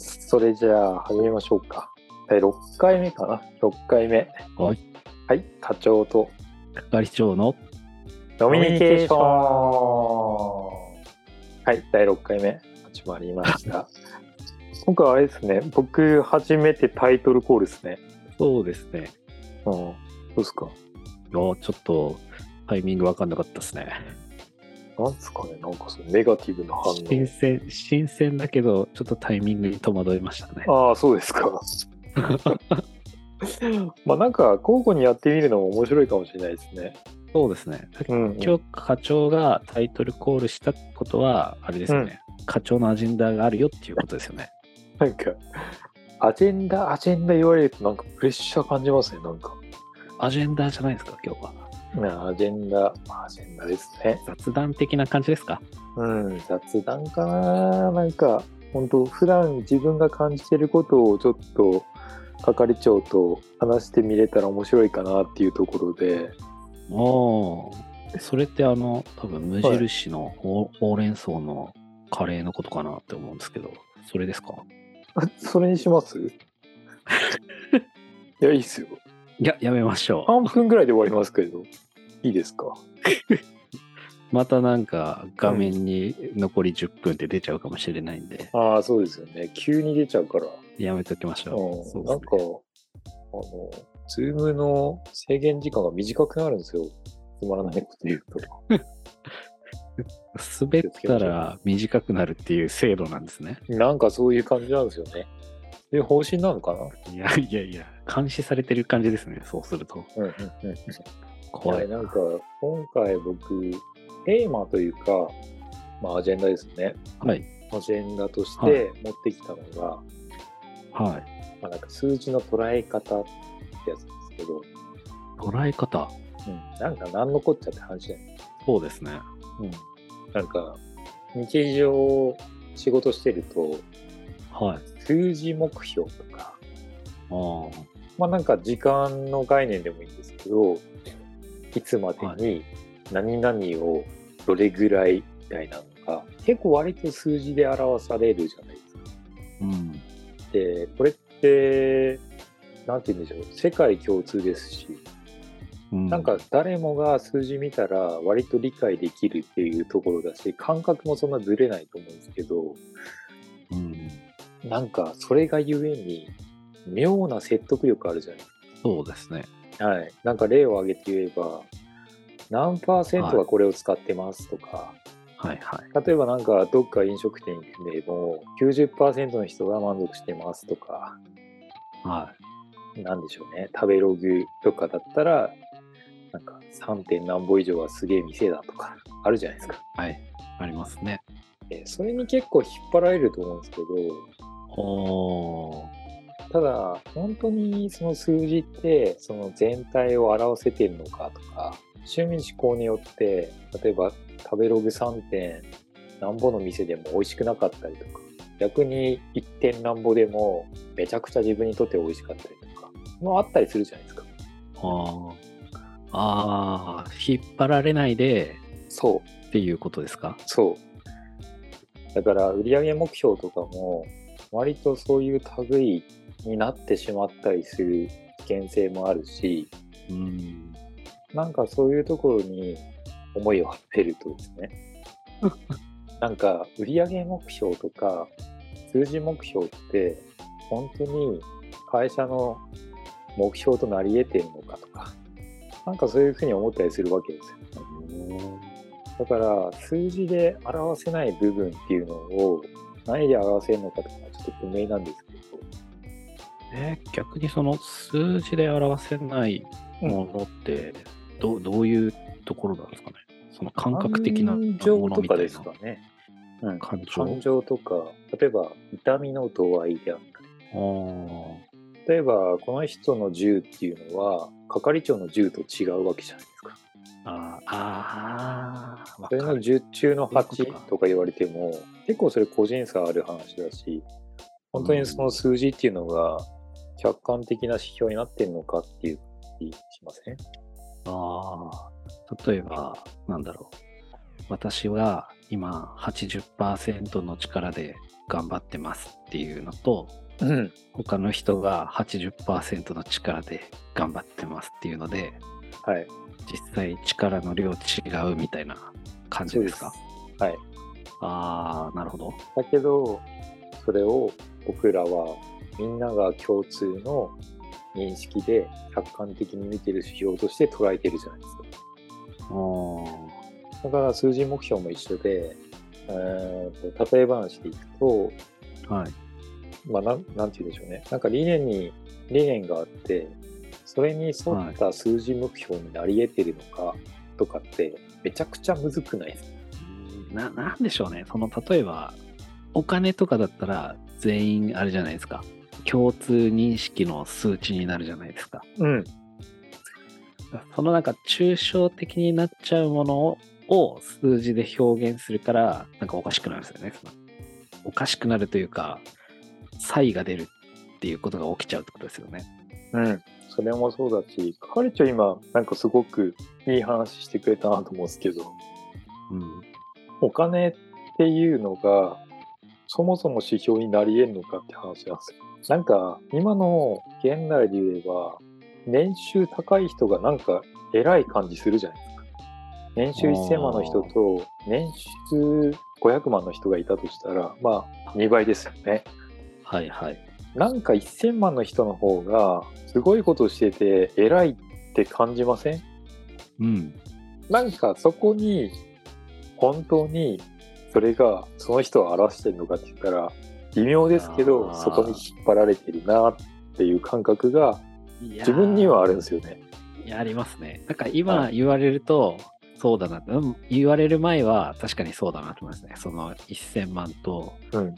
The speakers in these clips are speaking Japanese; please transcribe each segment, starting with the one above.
それじゃあ始めましょうか。第6回目かな。6回目。 はい。 はい。課長と係長のノミニケーション。はい。第6回目始まりました。今回はあれですね。僕初めてタイトルコールですね。 そうですね。 どうですか？ ちょっとタイミング分かんなかったですね。 なんですかね。なんかそのネガティブな反応。 新鮮だけどちょっとタイミングに戸惑いましたね。 ああ、そうですか。まあなんか交互にやってみるのも面白いかもしれないですね。 そうですね。今日課長がタイトルコールしたことはあれですよね。課長のアジェンダがあるよっていうことですよね。 なんかアジェンダ言われるとなんかプレッシャー感じますね。なんかアジェンダじゃないですか今日は。 アジェンダですね。 雑談的な感じですか？ 雑談かな。なんか本当普段自分が感じてることをちょっと係長と話してみれたら面白いかなっていうところで。 それって多分無印のほうれん草のカレーのことかなって思うんですけど、それですか？ それにします？いや、いいっすよ。 いや、やめましょう。 3分ぐらいで終わりますけど、いいですか？ またなんか画面に残り10分って出ちゃうかもしれないんで。 ああ、そうですよね。急に出ちゃうから。 やめときましょう。 なんか、ズームの制限時間が短くなるんですよ。つまらないこと言うと。 滑ったら短くなるっていう制度なんですね。 なんかそういう感じなんですよね。そういう方針なのかな？ いや、監視されてる感じですね、そうすると。怖い。 なんか、今回僕、テーマというか、アジェンダですね。 はい。 アジェンダとして持ってきたのが、 はい。 なんか数字の捉え方ってやつなんですけど。 捉え方？ なんか何のこっちゃって話じゃない。 そうですね。 なんか、日常仕事してると、 はい。 数字目標とか、なんか時間の概念でもいいんですけど、いつまでに何々をどれぐらいみたいなのが、結構割と数字で表されるじゃないですか。で、これって、なんて言うんでしょう、世界共通ですし、なんか誰もが数字見たら割と理解できるっていうところだし、感覚もそんなずれないと思うんですけど、なんかそれがゆえに妙な説得力あるじゃないですか。 そうですね。 はい。なんか例を挙げて言えば、何%がこれを使ってますとか、例えばなんかどっか飲食店でも 90% の人が満足してますとか、なんでしょうね、食べログとかだったら、なんか 3. 点何歩以上はすげえ店だとかあるじゃないですか。 はい、ありますね。 それに結構引っ張られると思うんですけど、ただ本当にその数字ってその全体を表せてるのかとか、趣味嗜好によって例えば食べログ 3. 点何歩の店でも美味しくなかったりとか、逆に1点何歩でもめちゃくちゃ自分にとって美味しかったりとかもあったりするじゃないですか。 引っ張られないで、 そうっていうことですか？ そう。だから売上目標とかも割とそういう類になってしまったりする危険性もあるし、なんかそういうところに思いを馳せるとですねなんか売上目標とか数字目標って本当に会社の目標となり得てるのかとか、なんかそういうふうに思ったりするわけですよ。だから数字で表せない部分っていうのを何で表せるのかとかちょっと不明なんですけど。逆にその数字で表せないものって、どういうところなんですかね？その感覚的なものみたいな。 感情とかですかね。感情とか、例えば痛みの度合いであったり。例えばこの人の10っていうのは係長の10と違うわけじゃないですか。それの10中の8とか言われても結構それ個人差ある話だし、本当にその数字っていうのが客観的な指標になってるのかっていう気しません？ 例えばなんだろう、私は今 80% の力で頑張ってますっていうのと、 うん。 他の人が 80% の力で頑張ってますっていうので、 はい。 実際力の量違うみたいな感じですか？ はい。 ああ、なるほど。 だけど、それを僕らはみんなが共通の認識で客観的に見てる指標として捉えてるじゃないですか。だから数字目標も一緒で、例え話でいくと、 はい。 まあなんて言うんでしょうね。なんか理念があって、それに沿った数字目標になり得てるのかとかってめちゃくちゃむずくないですか？ なんでしょうね。例えば、お金とかだったら全員あれじゃないですか。共通認識の数値になるじゃないですか。 うん。 なんか抽象的になっちゃうものを数字で表現するから、なんかおかしくなるんですよね。おかしくなるというか、差異が出るっていうことが起きちゃうってことですよね。 うん。それもそうだし、係長今、なんかすごくいい話してくれたなと思うんですけど、 うん。 お金っていうのが、そもそも指標になり得るのかって話なんですよ。なんか、今の現代で言えば、年収高い人がなんか偉い感じするじゃないですか。年収1000万の人と年収500万の人がいたとしたら、まあ2倍ですよね。 はいはい。 なんか1000万の人の方がすごいことしてて偉いって感じません？ うん。 なんかそこに本当にそれがその人を表してるのかって言ったら微妙ですけど、そこに引っ張られてるなっていう感覚が自分にはあるんですよね。 いや、ありますね。なんか今言われると、そうだな、言われる前は確かにそうだなと思いますね。その1000万と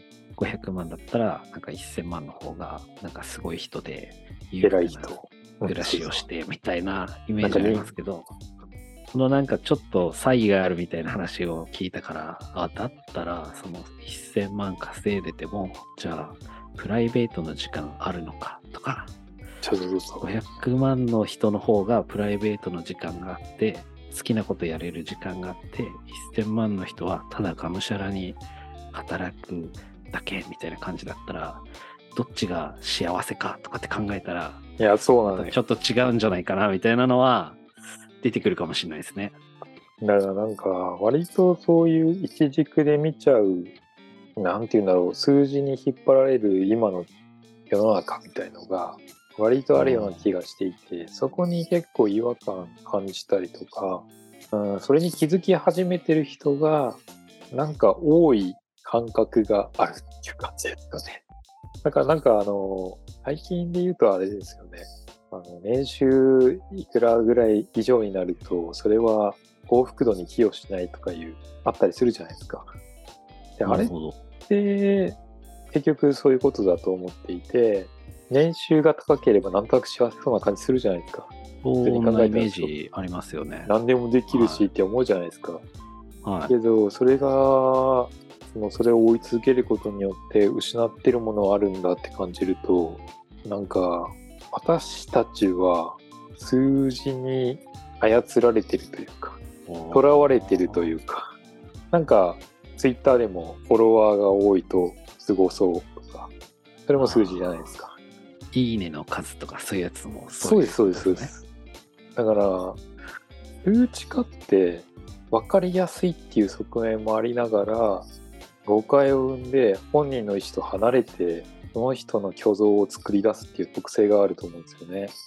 500万だったら、なんか1000万の方がなんかすごい人で偉い人暮らしをしてみたいなイメージありますけど、なんかちょっと差異があるみたいな話を聞いたから、だったらその1000万稼いでても、じゃあプライベートの時間あるのかとか、500万の人の方がプライベートの時間があって、好きなことやれる時間があって、1000万の人はただがむしゃらに働くだけみたいな感じだったら、どっちが幸せかとかって考えたら、 いや、そうなのよ。 ちょっと違うんじゃないかなみたいなのは出てくるかもしれないですね。 だからなんか割とそういう一軸で見ちゃう、なんていうんだろう、数字に引っ張られる今の世の中みたいのが割とあるような気がしていて、そこに結構違和感感じたりとか、それに気づき始めてる人がなんか多い感覚があるっていう感じですかね。だからなんか最近で言うとあれですよね。年収いくらぐらい以上になるとそれは幸福度に寄与しないとかいうあったりするじゃないですか。であれって結局そういうことだと思っていて、年収が高ければなんとなく幸せそうな感じするじゃないですか。 そういうイメージありますよね。 何でもできるしって思うじゃないですか。 はい、 けどそれがそれを追い続けることによって失ってるものがあるんだって感じると、なんか私たちは数字に操られてるというか、囚われてるというか、なんかツイッターでもフォロワーが多いとすごそうとか、それも数字じゃないですか。 いいねの数とかそういうやつもそうですそうですそうです。だから数値化って分かりやすいっていう側面もありながら誤解を生んで本人の意思と離れてその人の虚像を作り出すっていう特性があると思うんですよね。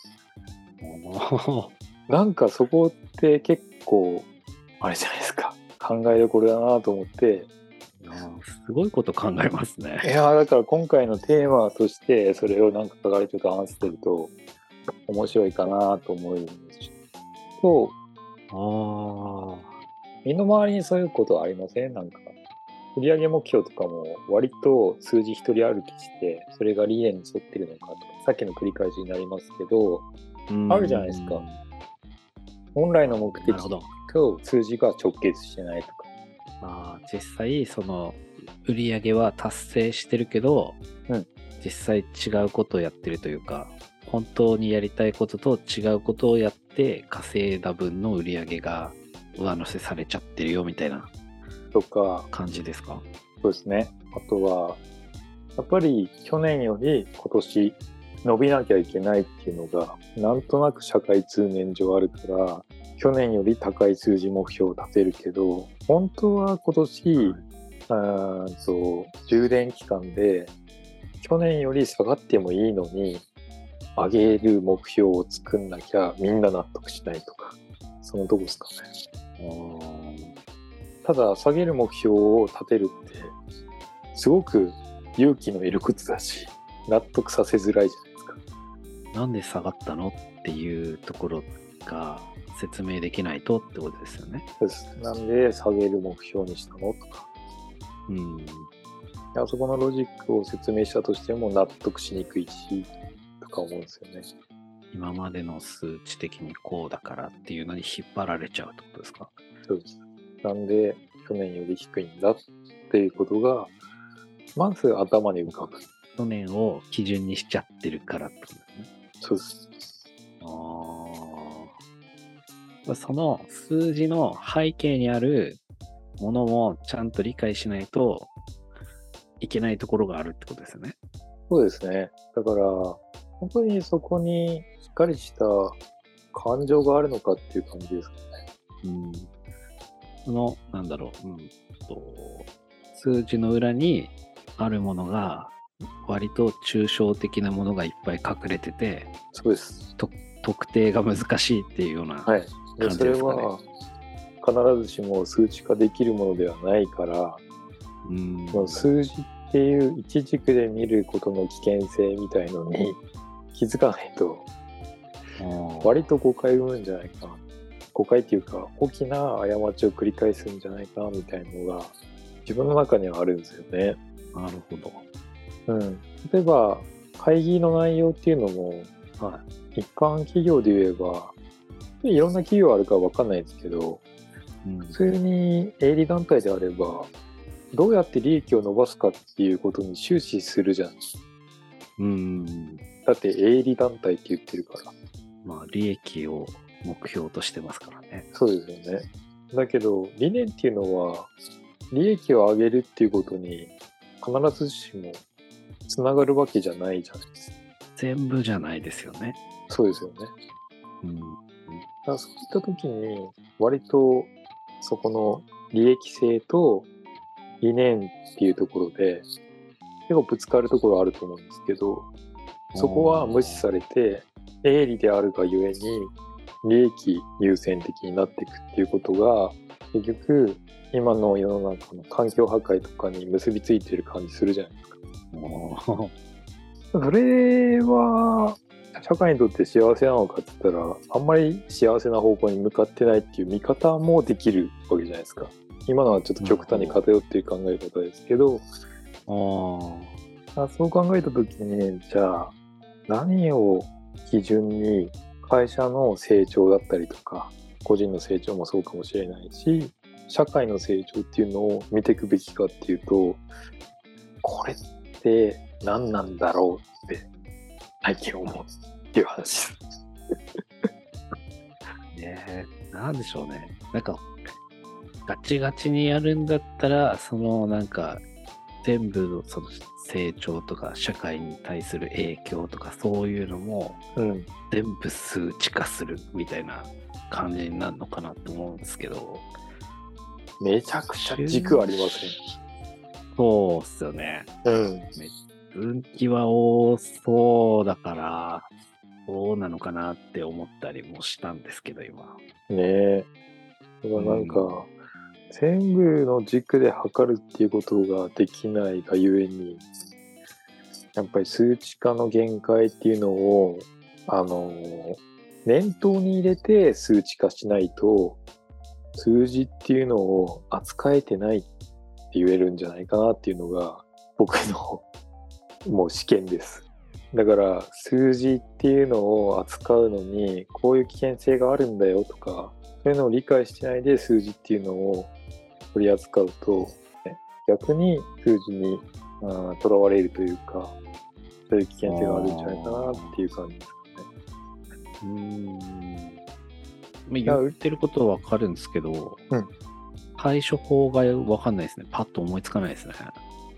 なんかそこって結構あれじゃないですか、考えどころだなと思って。 すごいこと考えますね。 いやだから今回のテーマとしてそれをなんか書かれてると話してると面白いかなと思うんですと、身の回りにそういうことありません？なんか売上目標とかも割と数字一人歩きしてそれが理念に沿ってるのかとか、さっきの繰り返しになりますけど、あるじゃないですか。本来の目的と数字が直結してないとか。 実際その売上は達成してるけど、実際違うことをやってるというか、本当にやりたいことと違うことをやって稼いだ分の売上が上乗せされちゃってるよみたいなとか感じですか？ そうですね。 あとは、やっぱり去年より今年伸びなきゃいけないっていうのが、なんとなく社会通念上あるから、去年より高い数字目標を立てるけど、本当は今年、充電期間で去年より下がってもいいのに、上げる目標を作んなきゃみんな納得しないとか、そのとこですかね。ただ下げる目標を立てるってすごく勇気のいることだし、納得させづらいじゃないですか。 なんで下がったのっていうところが説明できないとってことですよね。 そうです。なんで下げる目標にしたのとか。あそこのロジックを説明したとしても納得しにくいし、とか思うんですよね。 今までの数値的にこうだからっていうのに引っ張られちゃうってことですか？ そうです。なんで去年より低いんだっていうことがまず頭に浮かぶ。 去年を基準にしちゃってるからってことですね。 そうです。 その数字の背景にあるものもちゃんと理解しないといけないところがあるってことですよね。 そうですね。だから本当にそこにしっかりした感情があるのかっていう感じですかね。 数字の裏にあるものが割と抽象的なものがいっぱい隠れてて、 そうです。 特定が難しいっていうような感じですかね。それは必ずしも数値化できるものではないから、数字っていう一軸で見ることの危険性みたいのに気づかないと割と誤解を生むんじゃないかな。誤解っていうか大きな過ちを繰り返すんじゃないかなみたいなのが自分の中にはあるんですよね。 なるほど。 例えば会議の内容っていうのも、一般企業で言えばいろんな企業あるか分かんないですけど、普通に営利団体であればどうやって利益を伸ばすかっていうことに終始するじゃん。だって営利団体って言ってるから。 利益を目標としてますからね。 そうですよね。だけど理念っていうのは利益を上げるっていうことに必ずしもつながるわけじゃないじゃないですか。 全部じゃないですよね。 そうですよね。だからそういった時に割とそこの利益性と理念っていうところで結構ぶつかるところあると思うんですけど、そこは無視されて営利であるがゆえに利益優先的になっていくっていうことが結局今の世の中の環境破壊とかに結びついている感じするじゃないですか。それは社会にとって幸せなのかって言ったらあんまり幸せな方向に向かってないっていう見方もできるわけじゃないですか。今のはちょっと極端に偏っている考え方ですけど、そう考えた時にじゃあ何を基準に会社の成長だったりとか個人の成長もそうかもしれないし社会の成長っていうのを見ていくべきかっていうと、これって何なんだろうって最近思うっていう話ですなんでしょうね。なんかガチガチにやるんだったら全部のその成長とか社会に対する影響とかそういうのも全部数値化するみたいな感じになるのかなと思うんですけど、 めちゃくちゃ軸ありますね。 そうっすよね。分岐は多そうだからどうなのかなって思ったりもしたんですけど今ね。全部の軸で測るっていうことができないがゆえにやっぱり数値化の限界っていうのを念頭に入れて数値化しないと数字っていうのを扱えてないって言えるんじゃないかなっていうのが僕のもう試験です。だから数字っていうのを扱うのにこういう危険性があるんだよとかそういうのを理解してないで数字っていうのを取り扱うと、逆に数字にとらわれるというかそういう危険性があるんじゃないかなっていう感じですかね。 言ってることは分かるんですけど、対処法が分かんないですね。パッと思いつかないですね。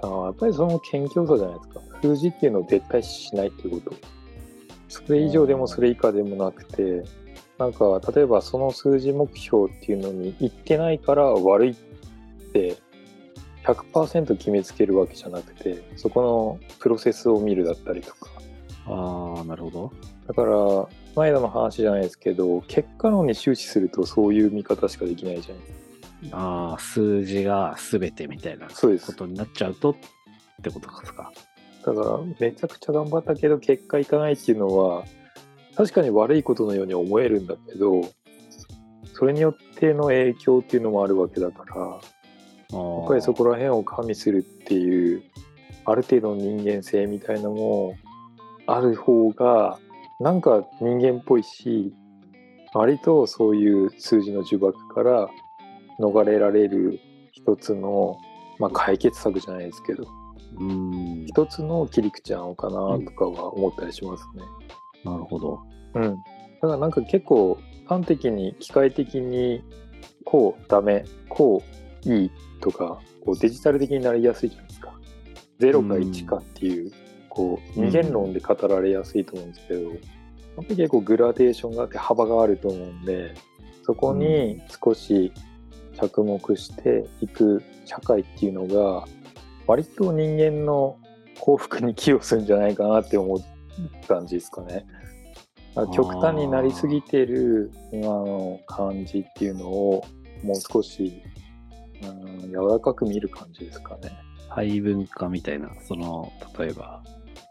やっぱりその謙虚さじゃないですか。数字っていうのを絶対しないっていうこと。それ以上でもそれ以下でもなくて、なんか例えばその数字目標っていうのに行ってないから悪いって100% 決めつけるわけじゃなくて、そこのプロセスを見るだったりとか。 なるほど。 だから前の話じゃないですけど、結果論に終始するとそういう見方しかできないじゃないですか。 数字が全てみたいなことになっちゃうとってことですか。 だからめちゃくちゃ頑張ったけど結果いかないっていうのは確かに悪いことのように思えるんだけど、それによっての影響っていうのもあるわけだから、やっぱりそこら辺を加味するっていうある程度の人間性みたいなのもある方がなんか人間っぽいし、割とそういう数字の呪縛から逃れられる一つの、解決策じゃないですけど、一つの切り口なのかなとかは思ったりしますね。 なるほど。 だからなんか結構端的に機械的にこうダメ、こういいとか、こうデジタル的になりやすいじゃないですか。0か1かっていう、こう二元論で語られやすいと思うんですけど、やっぱり結構グラデーションがあって幅があると思うんで、そこに少し着目していく社会っていうのが割と人間の幸福に寄与するんじゃないかなって思う感じですかね。極端になりすぎてる今の感じっていうのをもう少し柔らかく見る感じですかね。 配分化みたいな、例えば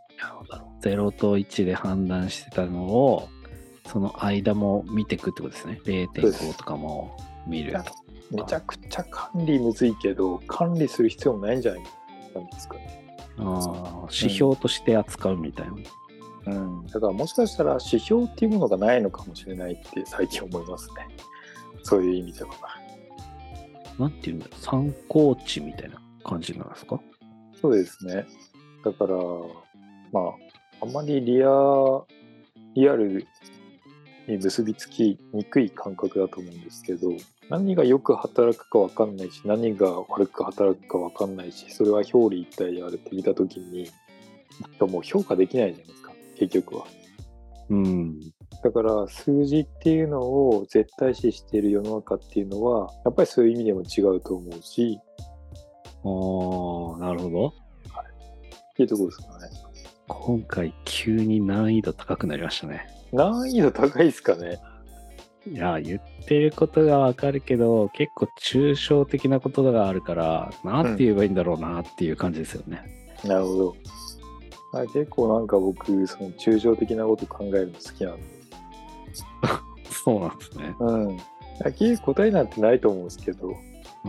0と1で判断してたのをその間も見ていくってことですね。0.5 とかも見ると。 めちゃくちゃ管理むずいけど管理する必要もないんじゃないですかね。 指標として扱うみたいな。 だからもしかしたら指標っていうものがないのかもしれないって最近思いますね。そういう意味では。 なんていうんだろう、参考値みたいな感じなんですか？ そうですね。だからあんまりリアルに結びつきにくい感覚だと思うんですけど、何がよく働くか分かんないし、何が悪く働くか分かんないし、それは表裏一体であるって見たときに、もう評価できないじゃないですか、結局は。だから数字っていうのを絶対視している世の中っていうのは、やっぱりそういう意味でも違うと思うし。 なるほど。 っていうところですかね。 今回急に難易度高くなりましたね。 難易度高いですかね。 いや、言ってることがわかるけど、結構抽象的なことがあるから、なんて言えばいいんだろうなっていう感じですよね。 なるほど。結構なんか僕、その抽象的なこと考えるの好きなんで。 そうなんですね。 はっきり答えなんてないと思うんですけど。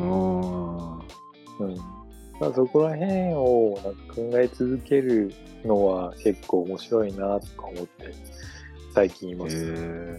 そこら辺をなんか考え続けるのは結構面白いなとか思って最近います。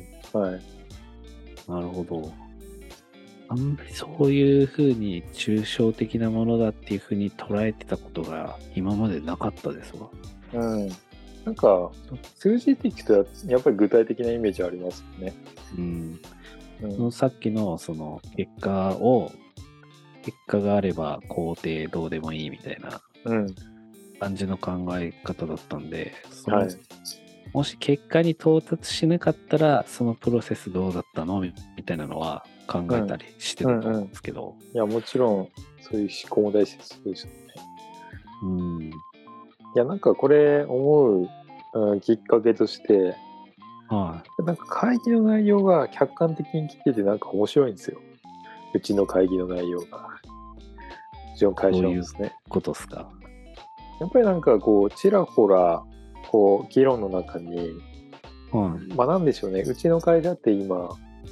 なるほど。あんまりそういうふうに抽象的なものだっていうふうに捉えてたことが今までなかったですわ。 なんか数字って聞くとやっぱり具体的なイメージありますよね。 さっきのその結果があれば肯定どうでもいいみたいな感じの考え方だったんで、もし結果に到達しなかったらそのプロセスどうだったのみたいなのは考えたりしてたと思うんですけど、 いやもちろんそういう思考も大切ですよね。いやなんかこれ思う、きっかけとして、なんか会議の内容が客観的に聞いててなんか面白いんですよ。うちの会議の内容が。うちの会社のですね。 どういうことですか？ やっぱりなんかこうちらほらこう議論の中に、なんでしょうね。うちの会社って今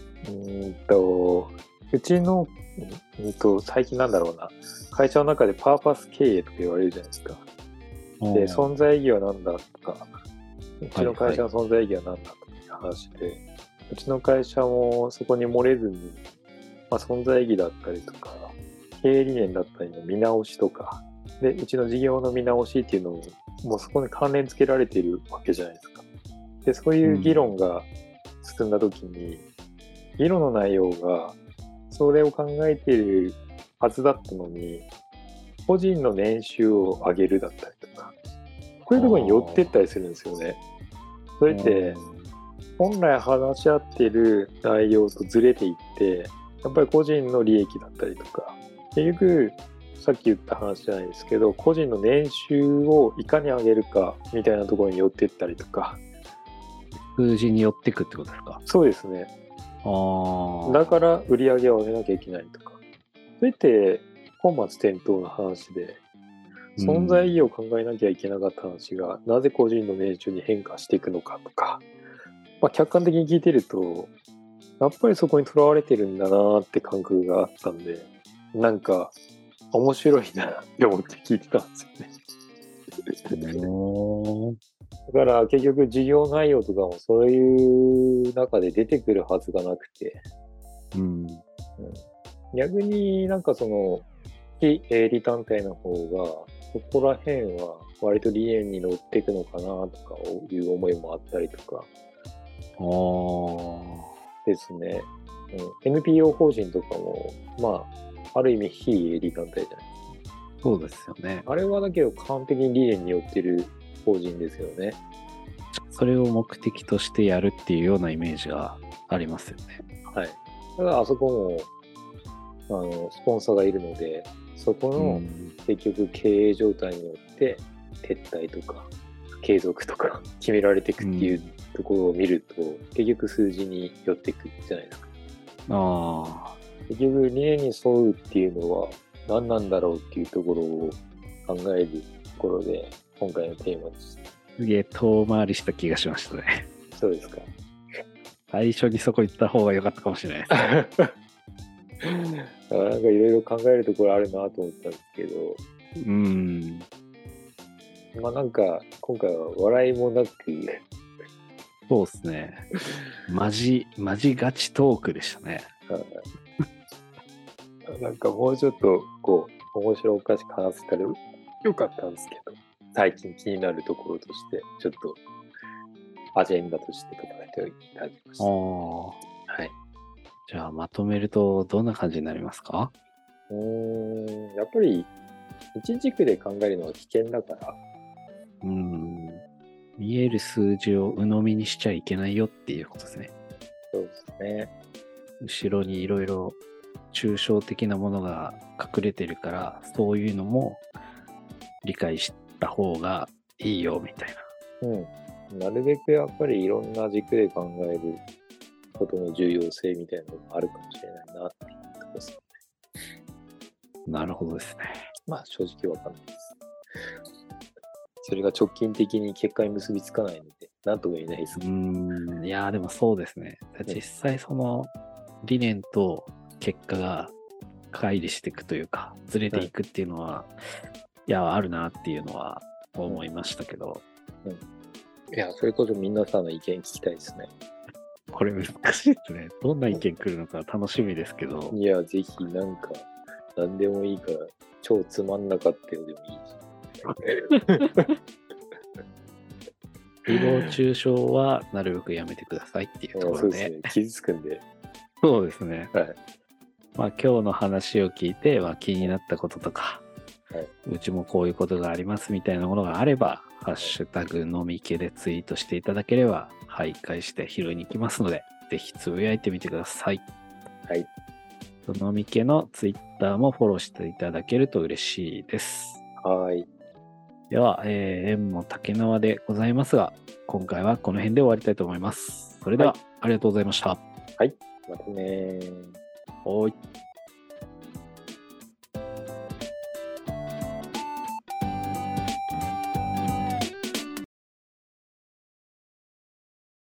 うちの最近なんだろうな、会社の中でパーパス経営とか言われるじゃないですか。で存在意義は何だとか、うちの会社の存在意義は何だとかいう話で、うちの会社もそこに漏れずに、存在意義だったりとか経営理念だったりの見直しとかで、うちの事業の見直しっていうのをもうそこに関連付けられているわけじゃないですか。でそういう議論が進んだ時に、議論の内容がそれを考えているはずだったのに、 個人の年収を上げるだったりとか、こういうところに寄ってったりするんですよね。それって本来話し合っている内容とずれていって、やっぱり個人の利益だったりとか、結局さっき言った話じゃないですけど、個人の年収をいかに上げるかみたいなところに寄っていったりとか。 数字に寄ってくってことですか？ そうですね。だから売り上げを上げなきゃいけないとか。それって本末転倒な話で、存在意義を考えなきゃいけなかった話が、なぜ個人の年収に変化していくのかとか、客観的に聞いてると、やっぱりそこにとらわれてるんだなって感覚があったんで、なんか面白いなって思って聞いてたんですよね。だから結局事業内容とかもそういう中で出てくるはずがなくて、逆になんかその非営利団体の方がそこら辺は割と理念に乗っていくのかなとかいう思いもあったりとかですね。NPO 法人とかもある意味非営利団体じゃないですか。 そうですよね。 あれはだけど完璧に理念によってる法人ですよね。 それを目的としてやるっていうようなイメージがありますよね。 はい。だからあそこもスポンサーがいるので、そこの結局経営状態によって撤退とか継続とか決められていくっていうところを見ると、結局数字に寄っていくじゃないですか。結局理念に沿うっていうのは何なんだろうっていうところを考えるところで今回のテーマです。 すげえ遠回りした気がしましたね。 そうですか。 最初にそこ行った方が良かったかもしれないです。 なんかいろいろ考えるところあるなと思ったんですけど、なんか今回は笑いもなく、 そうですね。マジガチトークでしたね。 なんかもうちょっと面白おかしく話せたらよかったんですけど、最近気になるところとしてちょっとアジェンダとして書かれていただきました。はい。 じゃあまとめるとどんな感じになりますか？ やっぱり一軸で考えるのは危険だから。 見える数字を鵜呑みにしちゃいけないよっていうことですね。 そうですね。 後ろにいろいろ抽象的なものが隠れてるから、そういうのも理解した方がいいよみたいな。なるべくやっぱりいろんな軸で考えることの重要性みたいなのがあるかもしれないなっていうところですね。 なるほどですね。 正直わかんないです。それが直近的に結果に結びつかないので何とも言えないです。 いやでもそうですね。実際その理念と結果が乖離していくというかずれていくっていうのは、いやあるなっていうのは思いましたけど、 いやそれこそ皆さんの意見聞きたいですね。 これ難しいですね。どんな意見来るのか楽しみですけど。 いやぜひなんか何でもいいから超つまんなかったよでもいいし。 誹謗中傷はなるべくやめてくださいっていうところで。そうですね。 傷つくんで。 そうですね。今日の話を聞いて、気になったこととか、うちもこういうことがありますみたいなものがあれば、ハッシュタグのみけでツイートしていただければ、徘徊して拾いに行きますので、ぜひつぶやいてみてください。のみけのツイッターもフォローしていただけると嬉しいです。では、縁も竹縄でございますが、今回はこの辺で終わりたいと思います。それでは、ありがとうございました。 またね。 はい。